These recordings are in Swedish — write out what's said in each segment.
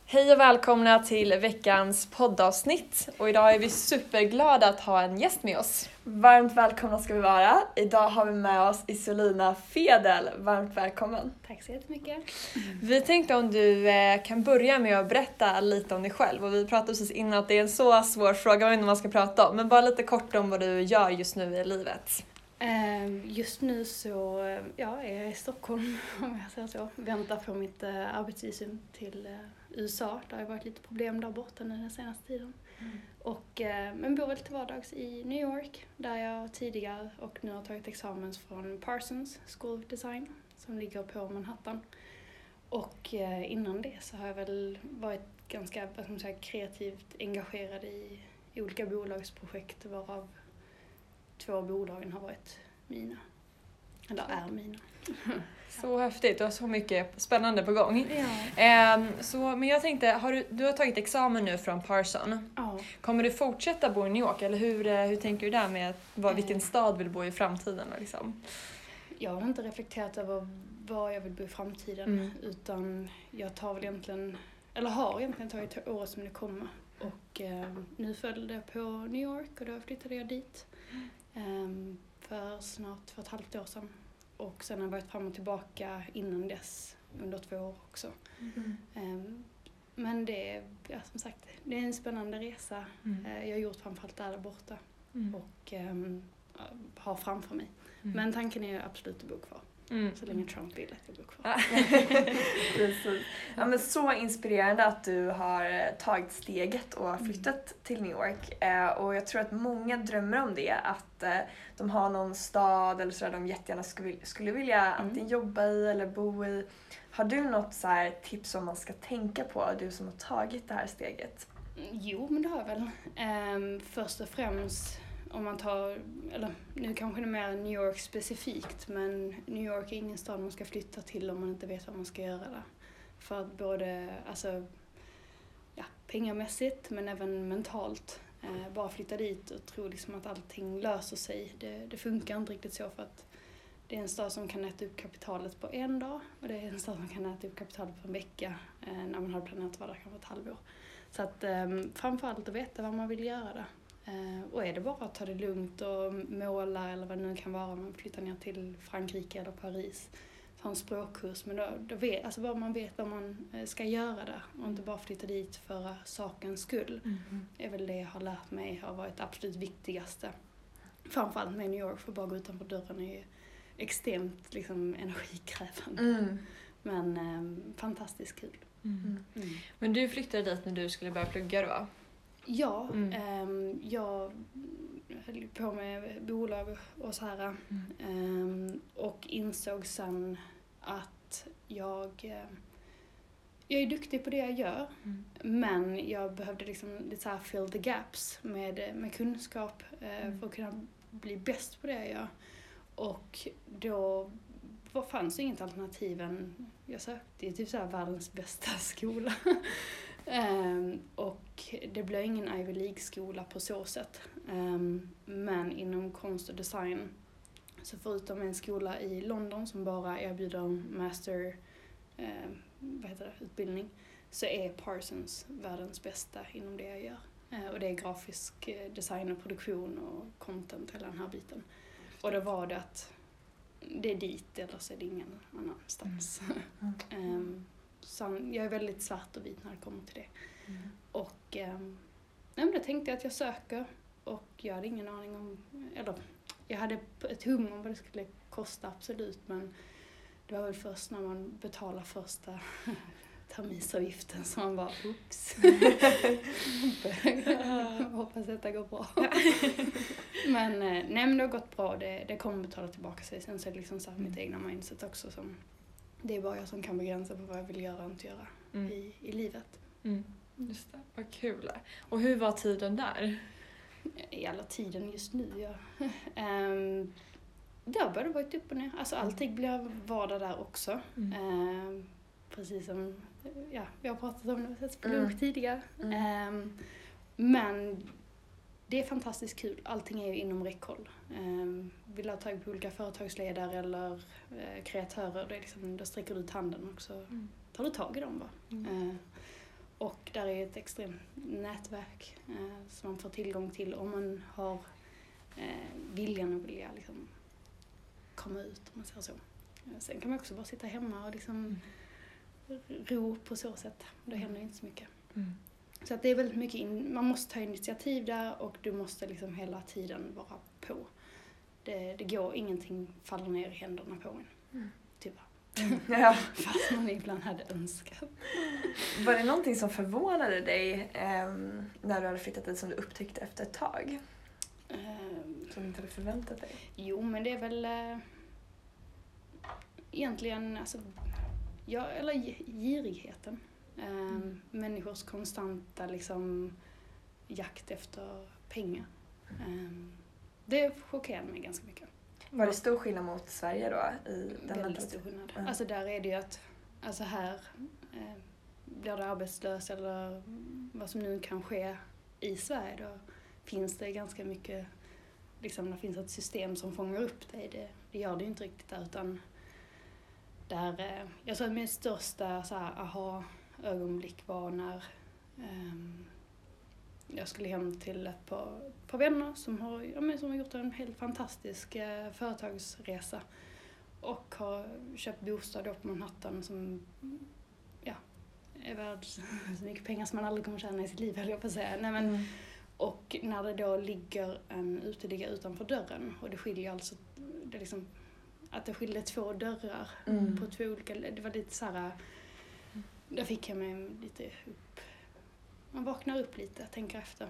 Hej och välkomna till veckans poddavsnitt. Och idag är vi superglada att ha en gäst med oss. Varmt välkomna ska vi vara. Idag har vi med oss Isolina Fedel. Varmt välkommen. Tack så jättemycket. Vi tänkte om du kan börja med att berätta lite om dig själv. Och vi pratade precis innan att det är en så svår fråga, jag vet inte vad man ska prata om. Men bara lite kort om vad du gör just nu i livet. Just nu så är jag i Stockholm, om jag säger så. Väntar på mitt arbetsvisum till USA. Det har ju varit lite problem där borta nu den senaste tiden. Men bor väl till vardags i New York, där jag tidigare och nu har tagit examen från Parsons School of Design, som ligger på Manhattan. Och innan det så har jag väl varit ganska kreativt engagerad i olika bolagsprojekt, varav 2 bolagen har varit mina. Eller är mina. Så häftigt, du har så mycket spännande på gång. Ja. Men jag tänkte, du har tagit examen nu från Parson. Ja. Kommer du fortsätta bo i New York? Eller hur tänker du där med vilken stad vill du bo i framtiden? Liksom? Jag har inte reflekterat över var jag vill bo i framtiden. Utan jag har egentligen tagit året som det kommer. Och nu följde det på New York och då flyttade jag dit. För snart 2,5 år sedan. Och sen har jag varit fram och tillbaka innan dess under 2 år också. Men det är, som sagt, det är en spännande resa. Jag har gjort framförallt där borta. Och har framför mig. Men tanken är absolut att bo kvar. Så länge Trump vill att jag bor kvar. Precis. Ja, men så inspirerande att du har tagit steget och flyttat till New York. Och jag tror att många drömmer om det. Att de har någon stad eller så där de jättegärna skulle vilja antingen jobba i eller bo i. Har du något så här tips som man ska tänka på, du som har tagit det här steget? Jo, men det har jag väl. Först och främst, om man tar, eller nu kanske det är mer New York specifikt, men New York är ingen stad man ska flytta till om man inte vet vad man ska göra där. För att både, pengamässigt men även mentalt. Bara flytta dit och tro liksom att allting löser sig. Det funkar inte riktigt så, för att det är en stad som kan äta upp kapitalet på en dag och det är en stad som kan äta upp kapitalet på en vecka när man har planerat att vara där kanske ett halvår. Så att framförallt att veta vad man vill göra där. Och är det bara att ta det lugnt och måla eller vad det nu kan vara, om man flyttar ner till Frankrike eller Paris, ta en språkkurs, men då vet, bara man vet vad man ska göra där och inte bara flytta dit för sakens skull. Det är väl det jag har lärt mig har varit absolut viktigaste. Framförallt med New York, för bara gå utanför dörren är ju extremt liksom energikrävande. Men fantastiskt kul. Men du flyttade dit när du skulle börja plugga då? Ja, jag höll på med bolag och så här. Och insåg sen att jag är duktig på det jag gör. Men jag behövde liksom lite så här fill the gaps med kunskap för att kunna bli bäst på det jag gör. Och då fanns det inget alternativ än jag sökte typ så här världens bästa skola. Och det blev ingen Ivy League-skola på så sätt. Men inom konst och design, så förutom en skola i London som bara erbjuder master utbildning, så är Parsons världens bästa inom det jag gör. Och det är grafisk design och produktion och content, hela den här biten. Och då var det att det är dit eller så är det ingen annanstans. Så jag är väldigt svart och vit när det kommer till det. Och då tänkte jag att jag söker, och jag hade ingen aning om, eller jag hade ett hum om vad det skulle kosta absolut, men det var väl först när man betalar första terminsavgiften som man bara oops. Hoppas att det går bra. Men det har gått bra, det kommer betala tillbaka sig. Sen så är det liksom så här mitt egna mindset också, som det är bara jag som kan begränsa på vad jag vill göra och inte göra i livet. Just det, vad kul. Och hur var tiden där? I alla tiden just nu, ja. Det har bara varit upp och ner. Alltså allting blir vardag där också. Precis som vi har pratat om det på lunch tidigare. Men det är fantastiskt kul. Allting är ju inom räckhåll. Vill ha tag på olika företagsledare eller kreatörer, det är liksom, då sträcker du ut handen och så tar du tag i dem bara. Och där är ett extremt nätverk som man får tillgång till om man har viljan och vilja liksom komma ut, om man säger så. Sen kan man också bara sitta hemma och liksom ro på så sätt. Det händer inte så mycket. Så att det är väldigt mycket, man måste ta initiativ där och du måste liksom hela tiden vara på. Det går, ingenting faller ner i händerna på en. Tyvärr. Ja. Fast man ibland hade önskat. Var det någonting som förvånade dig när du hade flyttat dit som du upptäckte efter ett tag? Som du inte hade förväntat dig? Jo, men det är väl egentligen alltså, girigheten. Människors konstanta liksom, jakt efter pengar. Det chockerade mig ganska mycket. Var det stor skillnad mot Sverige då? Väldigt stor skillnad. Alltså där är det ju att alltså här blir du arbetslös eller vad som nu kan ske i Sverige, då finns det ganska mycket, liksom det finns ett system som fångar upp dig. Det gör det ju inte riktigt där, utan där, jag tror att min största så här, aha-ögonblick var när jag skulle hem till ett par vänner som har gjort en helt fantastisk företagsresa och har köpt bostad på Manhattan som är värd så mycket pengar som man aldrig kommer tjäna i sitt liv, höll jag på att säga. Nej, men, och när det då ligger en uteliggare utanför dörren och det skiljer alltså, det liksom, att det skiljer 2 dörrar på 2 olika, det var lite så här, där fick jag mig lite upp. Man vaknar upp lite, tänker efter.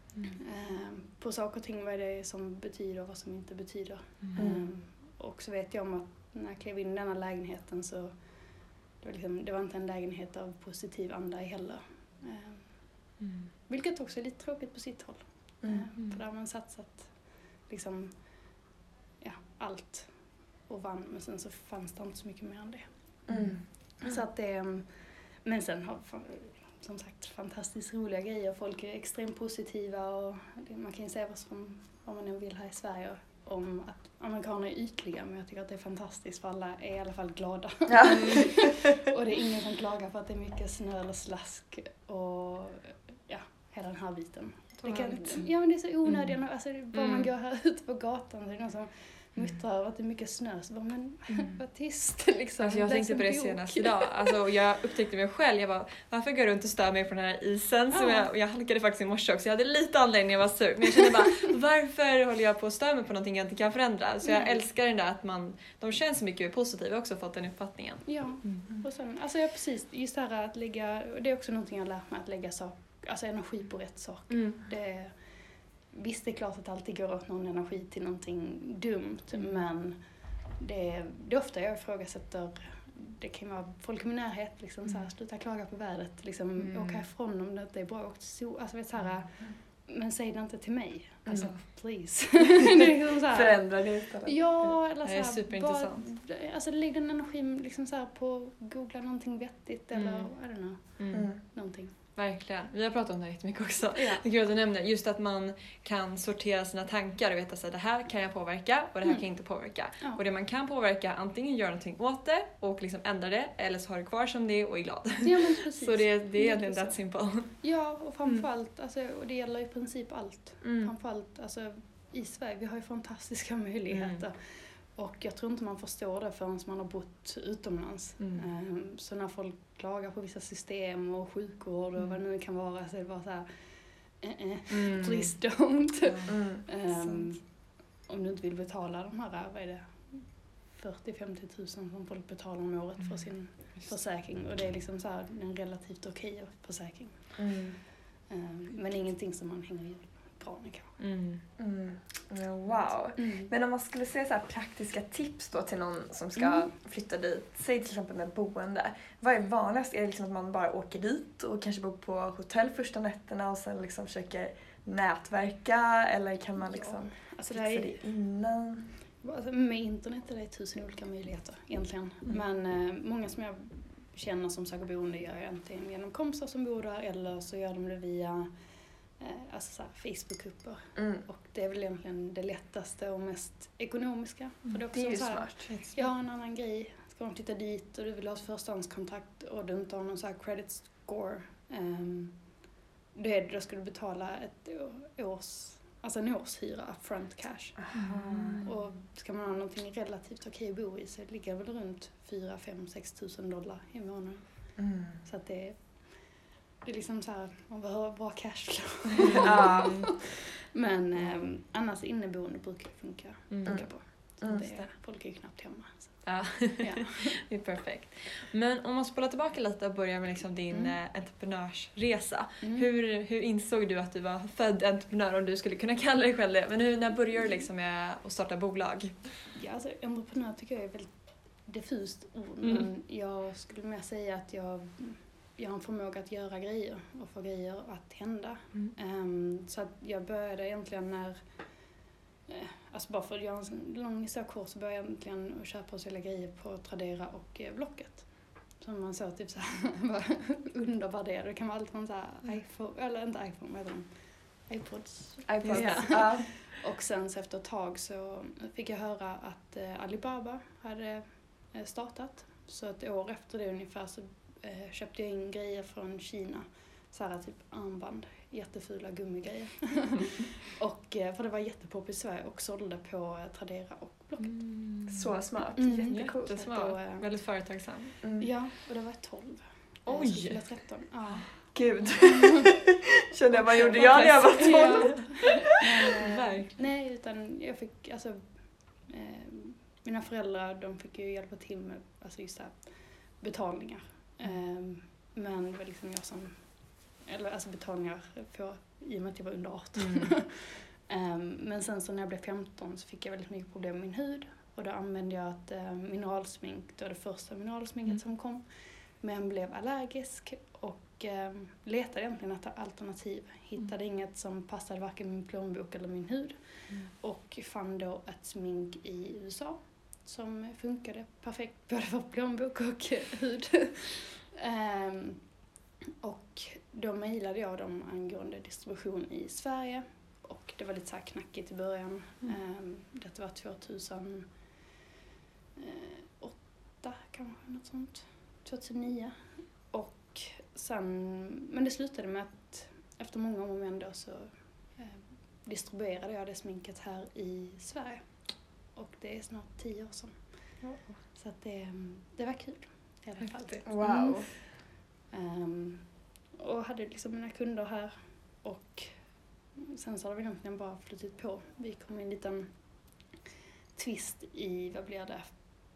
På saker och ting, vad är det som betyder och vad som inte betyder. Och så vet jag om att när jag klev in i denna lägenheten så det var inte en lägenhet av positiv anda heller. Vilket också är lite tråkigt på sitt håll. För där har man satsat liksom, allt och vann, men sen så fanns det inte så mycket mer än det. Så att det, men sen har som sagt fantastiskt roliga grejer. Folk är extremt positiva och man kan ju säga vad man än vill här i Sverige om att amerikaner är ytliga, men jag tycker att det är fantastiskt för alla är i alla fall glada. Ja. Och det är ingen som klagar för att det är mycket snö eller slask och hela den här biten. Men det är så onödigt. Alltså, bara man går här ute på gatan så är det någon som muttrar över att det är mycket snö, så bara, men var tyst liksom. Alltså jag tänkte på det senast idag. Alltså jag upptäckte mig själv, jag bara, varför går jag runt och stör mig på den här isen? Så jag halkade faktiskt i morse också. Jag hade lite anledning att vara sur, men jag kände bara, varför håller jag på att störa mig på någonting jag inte kan förändra? Så jag älskar den där att de känns så mycket positiva. Jag har också fått den uppfattningen. Ja, och sen, alltså precis, just det här att lägga, det är också någonting jag har lärt mig, att lägga energi på rätt sak. Visst, det är klart att alltid går åt någon energi till någonting dumt, men det är ofta jag ifrågasätter, det kan vara folk i min närhet, liksom, så här, sluta klaga på vädret, liksom, åka ifrån om det inte är bra, alltså, vet, så här, men säg det inte till mig, alltså, please. Det är liksom så här, förändra det istället. Ja, eller så här, det är superintressant. Alltså lägg den energin liksom, så här, på att googla någonting vettigt eller I don't know, någonting. Verkligen. Vi har pratat om det här jättemycket också. Det är kul att du nämner just att man kan sortera sina tankar och veta att det här kan jag påverka och det här kan jag inte påverka. Ja. Och det man kan påverka, antingen gör någonting åt det och liksom ändra det, eller så har du kvar som det och är glad. Ja, men precis. Så det är egentligen that simple. Ja, och framförallt, alltså, och det gäller i princip allt. Framförallt, alltså, i Sverige, vi har ju fantastiska möjligheter. Och jag tror inte man förstår det förrän man har bott utomlands. Så när folk klagar på vissa system och sjukvård och vad det nu kan vara, så är det bara så här, please don't. Om du inte vill betala de här, vad är det, 40-50 000 som folk betalar om året för sin försäkring. Och det är liksom så här, en relativt okej försäkring. Men ingenting som man hänger i granen kanske. Wow. Men om man skulle säga så här praktiska tips då till någon som ska flytta dit, säg till exempel med boende. Vad är vanligast? Är det liksom att man bara åker dit och kanske bor på hotell första nätterna och sen liksom försöker nätverka, eller kan man liksom fixa det innan? Alltså med internet är det 1000 olika möjligheter egentligen. Men många som jag känner som söker boende gör jag antingen genom kompisar som bor där, eller så gör de det via alltså så här, Facebook-grupper. Och det är väl egentligen det lättaste och mest ekonomiska. För det är ju smart. Jag har en annan grej. får de flytta dit och du vill ha ett förstahandskontrakt och du inte har någon så här credit score, då ska du betala en årshyra upfront cash. Och ska man ha någonting relativt okej att bo i så ligger det väl runt 4, 5, 6 tusen dollar i månaden. Så att det är liksom så här, man behöver bra cashflow. Men annars inneboende brukar funka bra. Folk är ju knappt hemma. Så. Ja, det är perfekt. Men om man spolar tillbaka lite och börjar med liksom din entreprenörsresa. Hur insåg du att du var född entreprenör, om du skulle kunna kalla dig själv det? Men när började du liksom med att starta bolag? Ja, alltså entreprenör tycker jag är väldigt diffust ord. Men jag skulle mer säga att jag har en förmåga att göra grejer och få grejer att hända. Så att jag började egentligen när... Alltså bara för att göra en lång historia kort så började jag egentligen att köpa och sälja grejer på Tradera och Blocket. Som man såg typ såhär, undervärderade. Det kan vara allt från såhär iPhone, eller inte iPhone, vad heter de? iPods. Ja. Och sen så efter ett tag så fick jag höra att Alibaba hade startat. Så ett år efter det ungefär så köpte jag in grejer från Kina. Så här typ armband, jättefula gummigrejer. Och för det var jättepoppis i Sverige och sålde på Tradera och Blocket. Så smart, jättecoolt. Jättesmart, väldigt företagsam. Ja, och det var 12. Oj! Så 13. Ja. Gud. Kände jag, vad gjorde jag när jag var 12? Nej, utan jag fick, alltså, mina föräldrar, de fick ju hjälpa till med alltså just här, betalningar. Men det var liksom jag som, eller alltså betalningar på, i och med att jag var under 18. Men sen så när jag blev 15 så fick jag väldigt mycket problem med min hud. Och då använde jag ett mineralsmink, det var det första mineralsminket som kom. Men blev allergisk och letade egentligen efter alternativ. Hittade inget som passade varken min plånbok eller min hud. Och fann då ett smink i USA som funkade perfekt både för plånbok och hud. Och då mejlade jag dem angående distribution i Sverige. Och det var lite så här knackigt i början. Det var 2008 kanske, något sånt. 2009. Och sen, men det slutade med att efter många om och men då så distribuerade jag det sminket här i Sverige. Och det är snart 10 år sedan. Så att det var kul i alla fall. Wow. Och hade liksom mina kunder här och sen så har vi egentligen bara flyttat på. Vi kom i en liten twist i, vad blir det,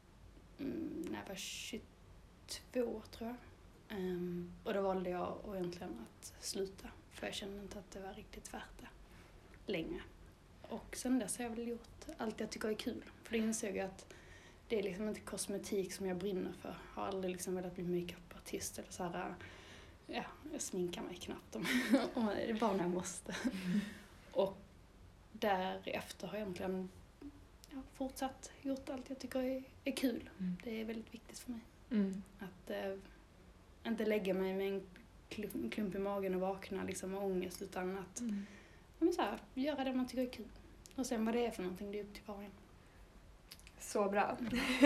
när jag var 22 tror jag. Och då valde jag egentligen att sluta för jag kände inte att det var riktigt värt det längre. Och sen dess har jag väl gjort allt jag tycker är kul. För det insåg jag att det är liksom inte kosmetik som jag brinner för. Jag har aldrig liksom velat bli makeupartist eller så här. Ja, jag sminkar mig knappt om det är bara när jag måste. Och därefter har jag egentligen fortsatt gjort allt jag tycker är kul. Det är väldigt viktigt för mig. Att inte lägga mig med en klump i magen och vakna liksom med ångest utan att men så här, göra det man tycker är kul. Och sen vad det är för någonting, det är upp till var och en. Så bra.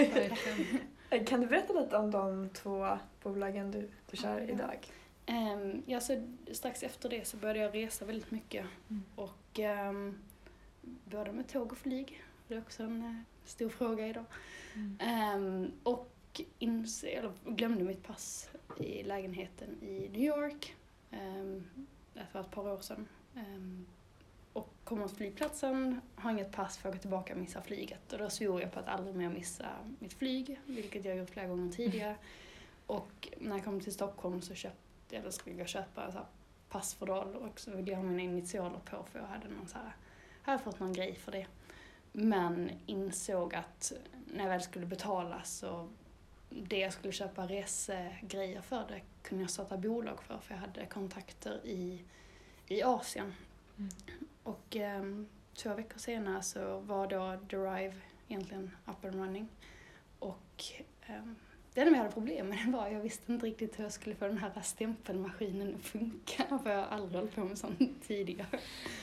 Kan du berätta lite om de 2 bolagen du kör idag? Ja, så strax efter det så började jag resa väldigt mycket. Och både med tåg och flyg. Det är också en stor fråga idag. Och glömde mitt pass i lägenheten i New York. För ett par år sedan. Och kommer till flygplatsen, har inget pass för att gå tillbaka och missa flyget. Och då svor jag på att aldrig mer missa mitt flyg, vilket jag har gjort flera gånger tidigare. Och när jag kom till Stockholm så skulle jag köpa så här passfodral och så ville jag ha mina initialer på för jag hade någon så här, jag hade fått någon grej för det. Men insåg att när jag väl skulle betala så det jag skulle köpa resegrejer för det kunde jag starta bolag för jag hade kontakter i Asien. Och 2 veckor senare så var då Derive egentligen up and running. Och det enda jag hade problem med var att jag visste inte riktigt hur jag skulle få den här stämpelmaskinen att funka. För jag har aldrig hållit på med sånt tidigare.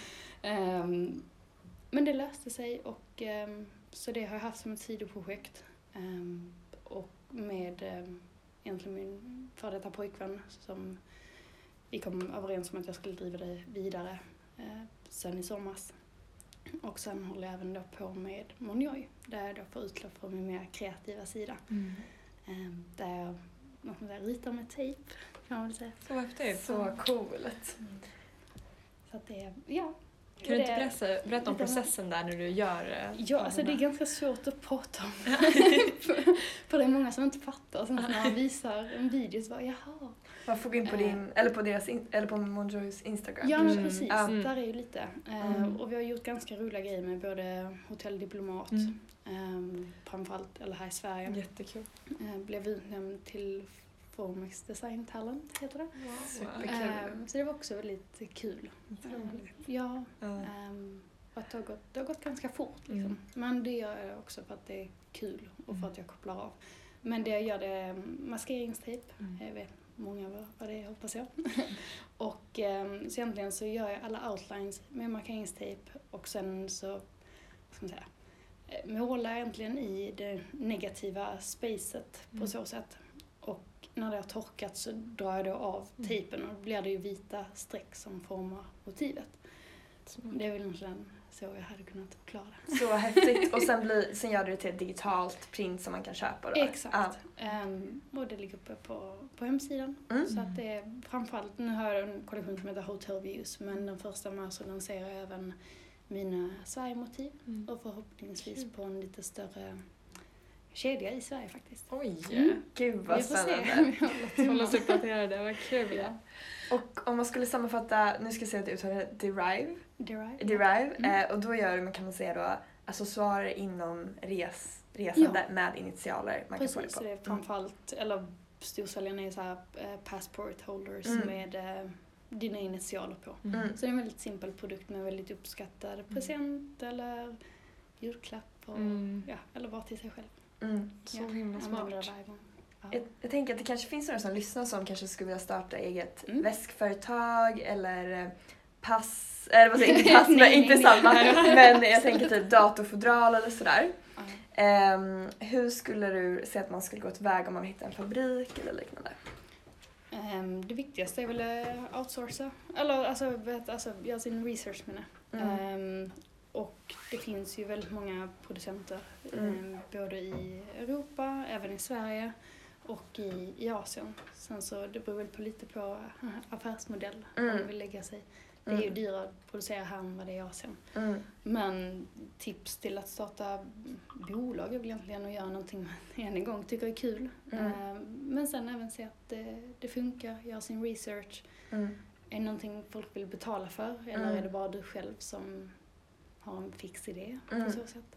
Men det löste sig och så det har jag haft som ett sidoprojekt. Och med egentligen min före detta pojkvän som vi kom överens om att jag skulle driva det vidare sen i somras. Och sen håller jag även då på med Monjoy där jag då får utlopp för min mer kreativa sida. Där jag ritar med tejp kan man väl säga. Så häftigt. Så coolt. Så att det, ja. Kan du inte berätta om processen där när du gör Ja, alltså det är ganska svårt att prata om. För det är många som inte fattar. Sen när man visar en video så bara, jaha. Man får gå in på din, eller på deras, eller på Monjoys Instagram. Ja, precis. Där är ju lite. Och vi har gjort ganska roliga grejer med både Hotell Diplomat, framförallt, eller här i Sverige. Jättekul. Blev utnämnd till Formex Design Talent, heter det. Wow. Superkul. Så det var också väldigt kul. Ja. Att det har gått ganska fort liksom. Men det gör jag också för att det är kul och för att jag kopplar av. Men det jag gör det är maskeringstejp. Jag vet många vad det är, hoppas jag. Och så egentligen så gör jag alla outlines med markeringstejp och sen så ska man säga, målar jag egentligen i det negativa spacet på så sätt. Och när det har torkat så drar jag då av tejpen och då blir det ju vita streck som formar motivet. Det är väl egentligen så jag hade kunnat förklara det. Så häftigt. Och sen gör du det till ett digitalt print som man kan köpa då? Exakt. Och det ligger uppe på hemsidan. Så att det är framförallt, nu har jag en kollektion som heter Hotel Views, men den första mars så lanserar jag även mina Sverige-motiv och förhoppningsvis på en lite större kedja i Sverige faktiskt. Oj! Gud vad Vi får spännande. Se. Hålla oss uppdaterade, vad kul. Ja. Och om man skulle sammanfatta, nu ska jag säga att du uttalar Derive. Och då gör du, kan man säga då, accessoarer inom resande med initialer. Man precis, kan få det på. så det är framförallt, eller storsäljarna är så här passport holders med dina initialer på. Så det är en väldigt simpel produkt med väldigt uppskattad present eller julklapp och, eller bara till sig själv. Så himla smart. Jag tänker att det kanske finns några som lyssnar som kanske skulle vilja starta eget väskföretag eller pass, eller vad säger jag, inte pass, men inte samma. Men jag tänker typ datorfodral eller sådär. Hur skulle du säga att man skulle gå tillväga om man hittar en fabrik eller liknande? Det viktigaste är väl att outsourca, eller alltså göra sin research med det. Och det finns ju väldigt många producenter, både i Europa, även i Sverige och i Asien. Sen så det beror väl lite på affärsmodell om man vill lägga sig. Det är ju dyrare att producera här än vad det är i Asien. Men tips till att starta bolag är väl egentligen att göra någonting man en gång tycker är kul. Men sen även se att det funkar, göra sin research. Är det någonting folk vill betala för eller är det bara du själv som har en fix idé på så sätt.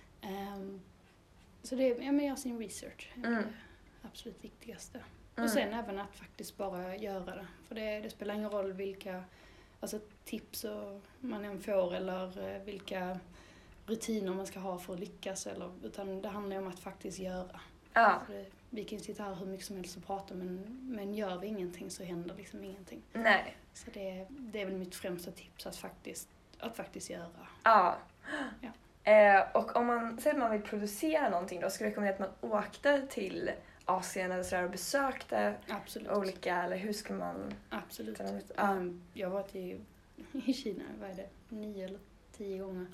Så det är göra sin research. Det är det absolut viktigaste. Och sen även att faktiskt bara göra det. För det spelar ingen roll vilka tips man än får eller vilka rutiner man ska ha för att lyckas. Utan det handlar om att faktiskt göra. Vi kan ju sitta här hur mycket som helst och prata men gör vi ingenting så händer liksom ingenting. Nej. Så det är väl mitt främsta tips att faktiskt göra. Ja. Och om man säger att man vill producera någonting då, skulle jag rekommendera att man åkte till Asien eller sådär och besökte olika, eller hur skulle man... Absolut. Jag har varit i Kina, vad är det, 9 eller 10 gånger.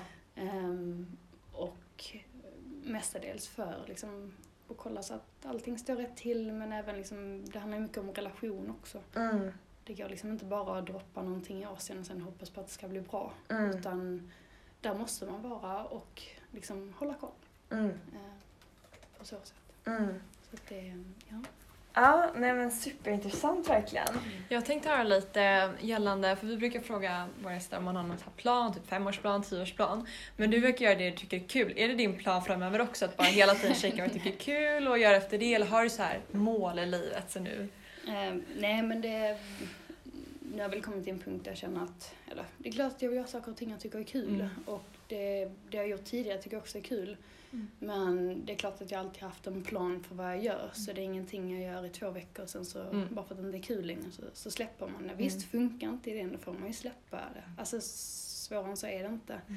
Och mestadels för liksom att kolla så att allting står rätt till, men även liksom, det handlar mycket om relation också. Det går liksom inte bara att droppa någonting i Asien och sen hoppas på att det ska bli bra. Utan där måste man vara och liksom hålla koll. På så sätt. Så att det, Ja, nej men superintressant verkligen. Jag tänkte höra lite gällande, för vi brukar fråga våra gäster om man har någon plan, typ 5-årsplan, 10-årsplan. Men du verkar göra det du tycker är kul. Är det din plan framöver också, att bara hela tiden kika vad du tycker är kul och göra efter det? Eller har du så här mål i livet så nu? Nej, men nu har jag väl kommit till en punkt där jag känner att, eller det är klart att jag vill göra saker och ting jag tycker är kul. Och det jag har gjort tidigare tycker jag också är kul. Men det är klart att jag alltid haft en plan för vad jag gör. Så det är ingenting jag gör i 2 veckor. Sen så, bara för att det inte är kul längre så släpper man det. Visst, funkar inte idén, då får man ju släppa det. Alltså svårare än så är det inte.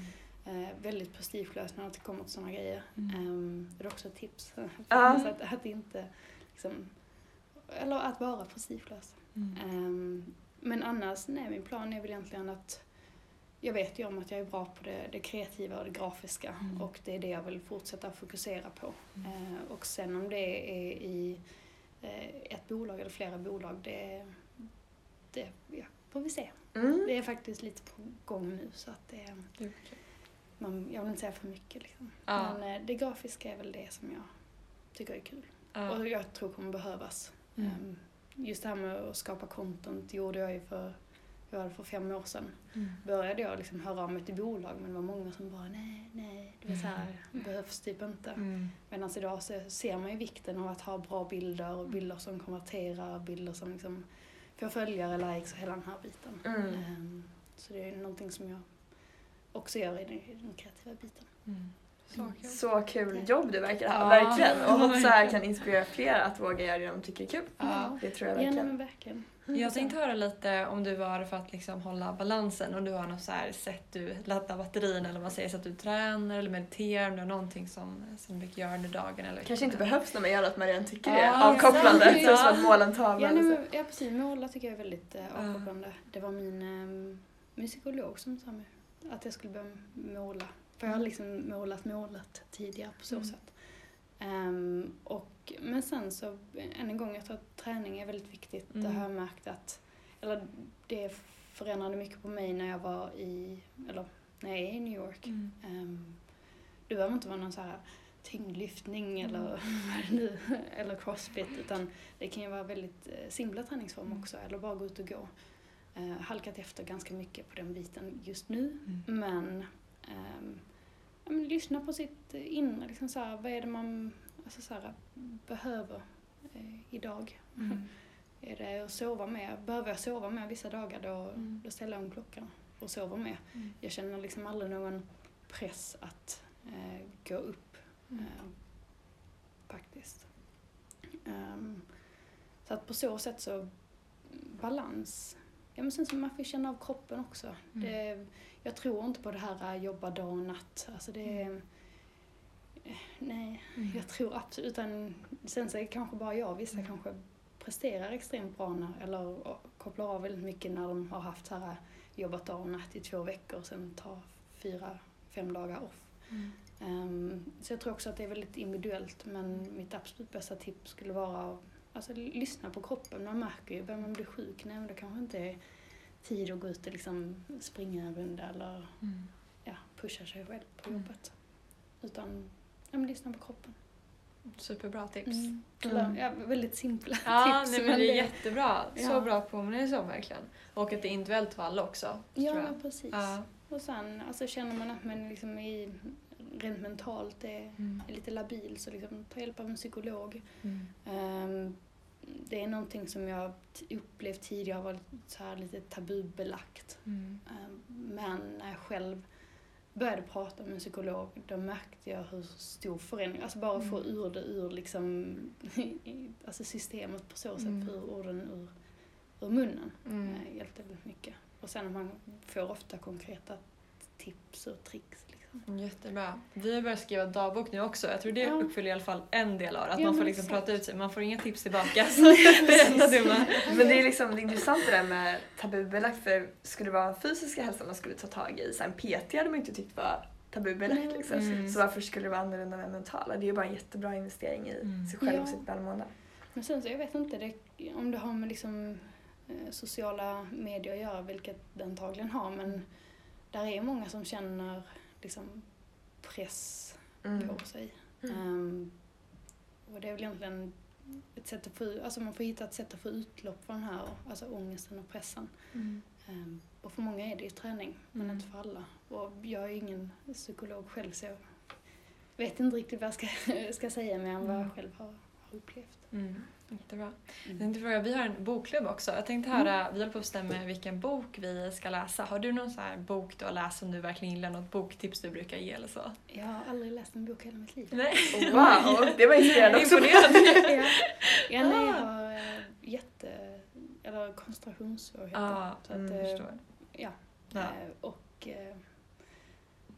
väldigt prestigelös när det kommer till sådana grejer. Det är också ett tips. Att inte liksom, eller att vara prestigelös. Men annars, min plan är väl egentligen att jag vet ju om att jag är bra på det kreativa och det grafiska och det är det jag vill fortsätta fokusera på. Och sen om det är i ett bolag eller flera bolag, det får vi se. Det är faktiskt lite på gång nu så att jag vill inte säga för mycket liksom. Men det grafiska är väl det som jag tycker är kul. Och jag tror kommer behövas. Just det här med att skapa content gjorde jag ju för 5 år sedan. Började jag liksom höra av mig till bolag, men det var många som bara nej, det var så här, behövs typ inte. Medan idag så ser man ju vikten av att ha bra bilder och bilder som konverterar, bilder som liksom får följare, likes och hela den här biten. Så det är någonting som jag också gör i den kreativa biten. Så kul jobb du verkar ha, verkligen. Och hoppas så här kan inspirera fler att våga göra det de tycker är kul. Det tror jag verkligen. Ja, men verkligen. Jag tänkte höra lite om du var för att liksom hålla balansen, om du har något så här sätt du laddar batterierna eller vad man säger, så att du tränar eller mediterar, om du har någonting som du brukar göra under dagen. Eller kanske inte behövs när man gör att man redan tycker det är avkopplande, så som att måla en tavla. Ja, precis. Måla tycker jag är väldigt avkopplande. Det var min musikolog som sa mig att jag skulle börja måla. För jag har liksom målat tidigare på så sätt. Men sen så, en gång, jag tror att träning är väldigt viktigt. Det har jag märkt att, eller det förändrade mycket på mig när jag var när jag är i New York. Det behöver inte vara någon så här tyngdlyftning eller nu, eller crossfit, utan det kan ju vara väldigt simpla träningsformer också, eller bara gå ut och gå. Halkat efter ganska mycket på den biten just nu, men lyssna på sitt inre, liksom så här, vad är det man behöver idag? Är det att sova mer? Behöver jag sova mer vissa dagar, då ställer jag om klockan och sover mer. Jag känner liksom aldrig någon press att gå upp faktiskt. Så att på så sätt så balans. Ja, men sen så man får känna av kroppen också. Jag tror inte på det här jobba dag och natt. Alltså jag tror absolut, utan sen så är det kanske bara jag. Vissa kanske presterar extremt bra eller kopplar av väldigt mycket när de har haft så här jobbat dag och natt i 2 veckor och sen tar 4-5 dagar off. Så jag tror också att det är väldigt individuellt, men mitt absolut bästa tips skulle vara att lyssna på kroppen. Man märker ju, börjar man bli sjuk, det kanske inte är tid att gå ut och liksom springa en runda eller pusha sig själv på jobbet. Utan lyssna på kroppen. Superbra tips. Väldigt simpla tips. Men det är jättebra. Så bra påminnelse om verkligen. Och att det är individuellt för alla också. Ja, precis. Och sen känner man att man liksom rent mentalt är lite labil, så liksom ta hjälp av en psykolog. Det är någonting som jag upplevt tidigare var så här lite tabubelagt. Men när jag själv började prata med en psykolog, då märkte jag hur stor förändring, bara få ur liksom systemet på så sätt, ur orden ur munnen hjälpte väldigt mycket. Och sen man får ofta konkreta tips och tricks. Jättebra. Vi har börjat skriva dagbok nu också. Jag tror det uppfyller i alla fall en del av det. Att man får liksom prata ut sig. Man får inga tips tillbaka. Så det är enda dumma. Men det är liksom det är intressant det där med tabubelagt. För skulle det vara fysiska hälsan man skulle ta tag i. Så en PT hade man inte tyckt var tabubelagt. Liksom. Så varför skulle det vara annorlunda med mentala? Det är ju bara en jättebra investering i sig själv och sitt välmående. Men sen så jag vet inte om det har med liksom sociala medier att göra, vilket det antagligen har. Men där är många som känner liksom press på sig. Och det är väl egentligen ett sätt att man får hitta ett sätt att få utlopp för den här ångesten och pressen. Och för många är det ju träning, men inte för alla. Och jag är ingen psykolog själv, så jag vet inte riktigt vad jag ska säga mer än vad jag själv har upplevt. Jättebra. Jag tänkte fråga, vi har en bokklubb också. Jag tänkte höra, vi håller på att bestämma vilken bok vi ska läsa. Har du någon så här bok du har läst som du verkligen gillar? Något boktips du brukar ge eller så? Jag har aldrig läst en bok hela mitt liv. Nej. Wow, det var inspirerande också. Jag har eller koncentrationssvårigheter. Jag förstår.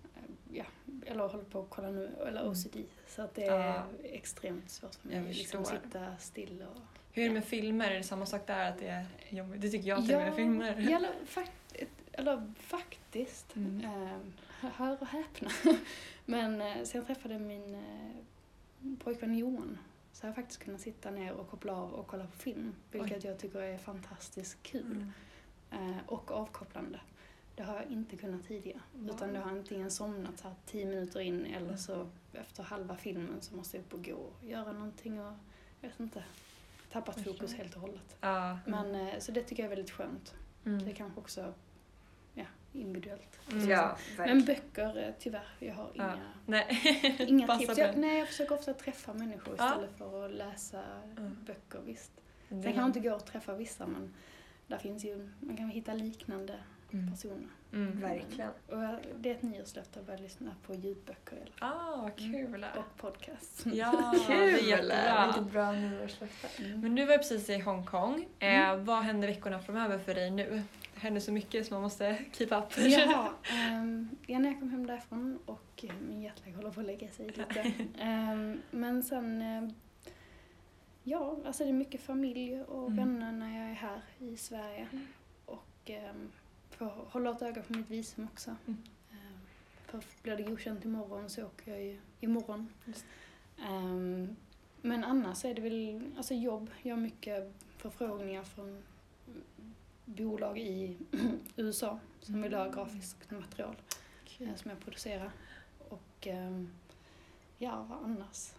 eller håller på att kolla nu, eller OCD. Så att det är extremt svårt för mig att liksom sitta still. Och, hur är det med filmer? Är det samma sak där? Att det är jobbigt? Det tycker jag till med filmer. Ja, eller faktiskt. Hör och häpna. Men sen jag träffade min pojkvän Johan så har jag faktiskt kunnat sitta ner och koppla av och kolla på film. Vilket jag tycker är fantastiskt kul. Och avkopplande. Det har jag inte kunnat tidigare. Utan det har antingen somnat så här 10 minuter in eller så efter halva filmen så måste jag upp och gå och göra någonting och jag vet inte, tappat fokus helt och hållet. Men så det tycker jag är väldigt skönt. Det är kanske också individuellt. Men böcker, tyvärr, jag har inga tips. Jag försöker ofta träffa människor istället för att läsa böcker, visst. Sen kan jag inte gå och träffa vissa, men där finns ju, man kan hitta liknande personer. Verkligen. Och det är ett nyårslöfte att börja lyssna på ljudböcker. Vad kul! Och podcast. Ja, kul! Det är jättebra. Vilket bra nyårslöfte. Men du var precis i Hongkong. Vad händer veckorna framöver för dig nu? Det händer så mycket så man måste keep up. Ja, när jag kom hem därifrån och min jetlag håller på att lägga sig lite. Men sen, alltså det är mycket familj och vänner när jag är här i Sverige. Och får hålla ett öga på mitt visum också. För blir det godkänt imorgon så åker jag ju imorgon. Men annars är det väl jobb. Jag har mycket förfrågningar från bolag i USA som vill ha grafiskt material som jag producerar. Och vad annars?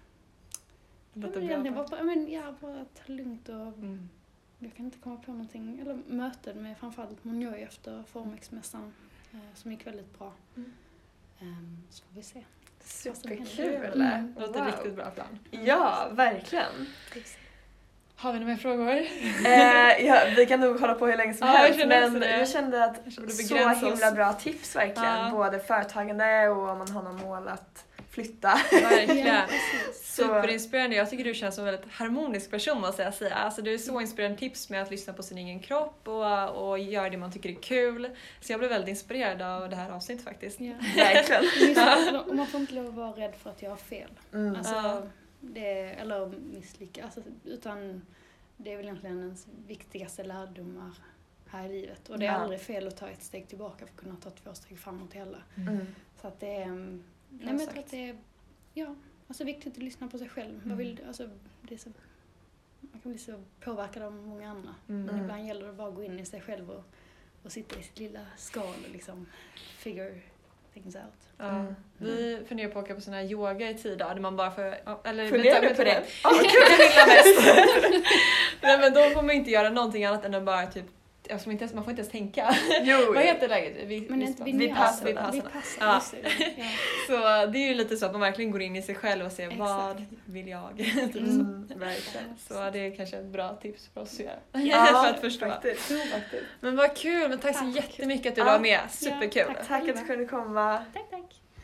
Bara ta lugnt och jag kan inte komma på någonting. Eller möten med framförallt Monjoy efter Formex-mässan som gick väldigt bra. Så får vi se. Superkul! Det låter riktigt bra plan. Ja, verkligen. Har vi några mer frågor? Vi kan nog hålla på hur länge som helst. Men jag kände att så himla bra tips verkligen. Både företagande och om man har någon mål att flytta. Verkligen. Superinspirerande. Jag tycker du känns som en väldigt harmonisk person, måste jag säga. Alltså, du är så inspirerande tips med att lyssna på sin egen kropp och göra det man tycker är kul. Så jag blev väldigt inspirerad av det här avsnittet faktiskt. Ja. Verkligen. Och man får inte lov att vara rädd för att jag har fel. Eller misslyckas. Utan det är väl egentligen ens viktigaste lärdomar här i livet. Och det är aldrig fel att ta ett steg tillbaka för att kunna ta 2 steg framåt heller. Så att det är... jag tror att det är viktigt att lyssna på sig själv. Det är så, man kan bli så påverkad av många andra. Men ibland gäller det bara att gå in i sig själv och sitta i sitt lilla skal och liksom figure things out. Vi funderar på att åka på sån här yoga i tid där man bara får... Funderar du på det? Nej, men då får man inte göra någonting annat än att bara typ... man får inte ens tänka. Vad heter läget? Vi passar. Ja. Så det är ju lite så att man verkligen går in i sig själv och ser vad vill jag. Verkligen. Så det är kanske ett bra tips för oss att göra. Ja, för att förstå. Faktiskt. Men vad kul, men tack så jättemycket att du var med. Superkul. Tack att du kunde komma. Tack.